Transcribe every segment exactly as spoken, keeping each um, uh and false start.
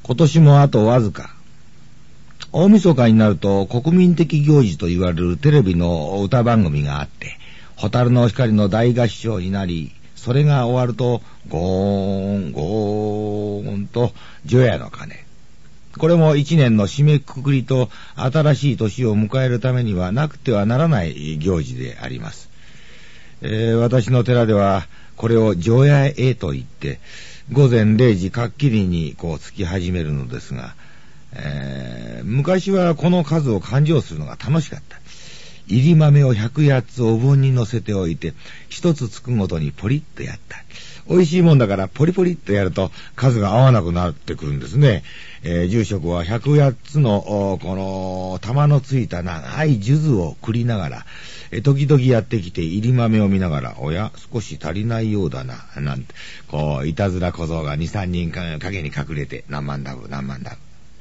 今年もあとわずか。大晦日になると国民的行事と言われるテレビの歌番組があって、蛍の光の大合唱になり、それが終わると、ゴーン、ゴーンと、除夜の鐘。これも一年の締めくくりと新しい年を迎えるためにはなくてはならない行事であります。えー、私の寺では、これを除夜会と言って、午前れいじかっきりにこうつき始めるのですが、えー、昔はこの数を勘定するのが楽しかった。入り豆をひゃくやっつお盆に乗せておいて、一つつくごとにポリッとやった。美味しいもんだからポリポリっとやると数が合わなくなってくるんですね。えー、住職はひゃくやっつのこの玉のついた長い数珠を繰りながら、えー、時々やってきて入り豆を見ながら、おや少し足りないようだな、なんて、こういたずら小僧がにさんにん影に隠れて、何万ダブ何万ダブ。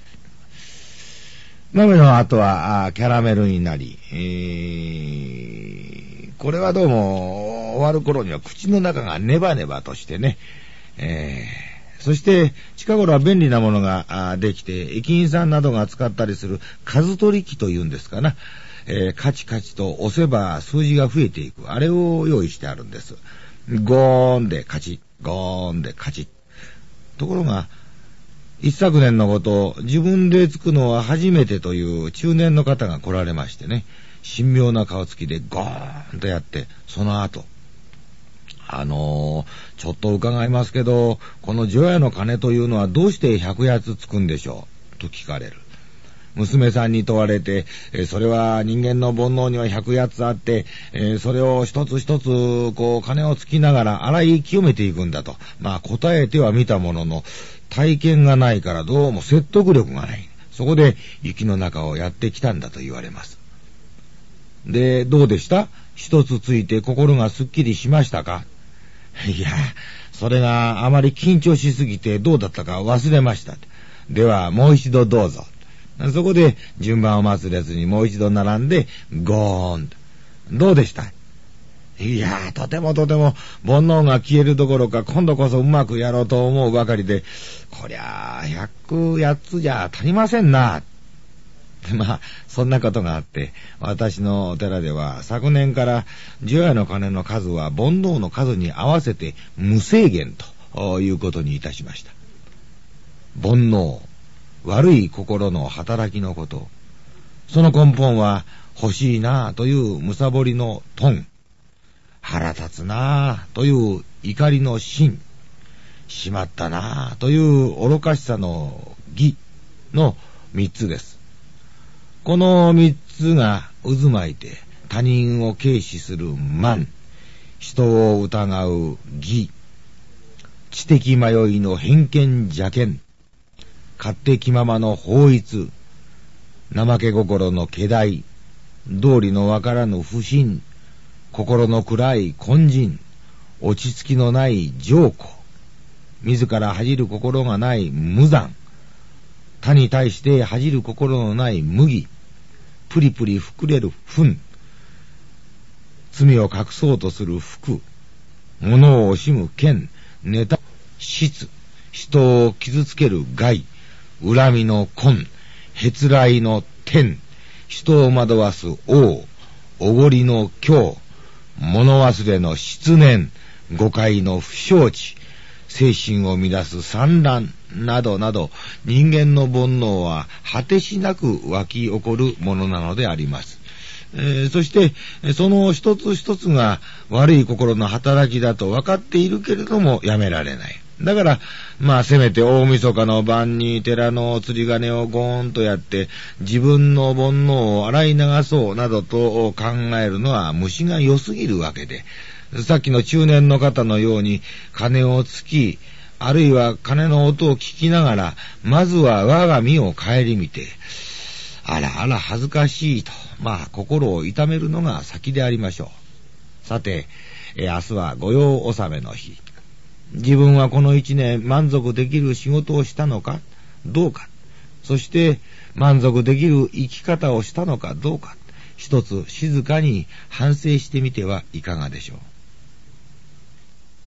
豆の後はキャラメルになり、えー、これはどうも終わる頃には口の中がネバネバとしてね、えー、そして近頃は便利なものができて、駅員さんなどが使ったりする数取り機というんですかな、えー、カチカチと押せば数字が増えていく、あれを用意してあるんです。ゴーンでカチッ、ゴーンでカチッ。ところが一昨年のことを自分でつくのは初めてという中年の方が来られましてね、神妙な顔つきでゴーンとやって、その後、あのー、ちょっと伺いますけど、この除夜の鐘というのはどうしてひゃくやつつくんでしょうと聞かれる。娘さんに問われて、えー、それは人間の煩悩にはひゃくやつあって、えー、それを一つ一つこう鐘をつきながら洗い清めていくんだと、まあ答えてはみたものの、体験がないからどうも説得力がない。そこで雪の中をやってきたんだと言われます。で、どうでした？一つついて心がすっきりしましたか？いや、それがあまり緊張しすぎてどうだったか忘れました。ではもう一度どうぞ。そこで順番を忘れずにもう一度並んでゴーン。どうでした？いやー、とてもとても煩悩が消えるどころか、今度こそうまくやろうと思うばかりで、こりゃあひゃくやっつじゃ足りませんな。まあそんなことがあって、私のお寺では昨年から除夜の鐘の数は煩悩の数に合わせて無制限ということにいたしました。煩悩、悪い心の働きのこと、その根本は欲しいなというむさぼりの頓、腹立つなぁという怒りの心、しまったなぁという愚かしさの義の三つです。この三つが渦巻いて他人を軽視する慢、人を疑う義、知的迷いの偏見邪見、勝手気ままの法律、怠け心の気大、道理のわからぬ不信、心の暗い根人、落ち着きのない浄固、自ら恥じる心がない無残、他に対して恥じる心のない無義、プリプリ膨れる憤、罪を隠そうとする福、物を惜しむ剣、妬失、人を傷つける害、恨みの根、へつらいの天、人を惑わす王、おごりの狂、物忘れの失念、誤解の不承知、精神を乱す散乱などなど、人間の煩悩は果てしなく湧き起こるものなのであります。えー、そしてその一つ一つが悪い心の働きだと分かっているけれどもやめられない。だからまあせめて大晦日の晩に寺の釣り鐘をゴーンとやって自分の煩悩を洗い流そうなどと考えるのは虫が良すぎるわけで、さっきの中年の方のように鐘をつき、あるいは鐘の音を聞きながらまずは我が身を顧みて、あらあら恥ずかしいと、まあ心を痛めるのが先でありましょう。さて、え明日は御用納めの日。自分はこの一年満足できる仕事をしたのかどうか、そして満足できる生き方をしたのかどうか、一つ静かに反省してみてはいかがでしょう。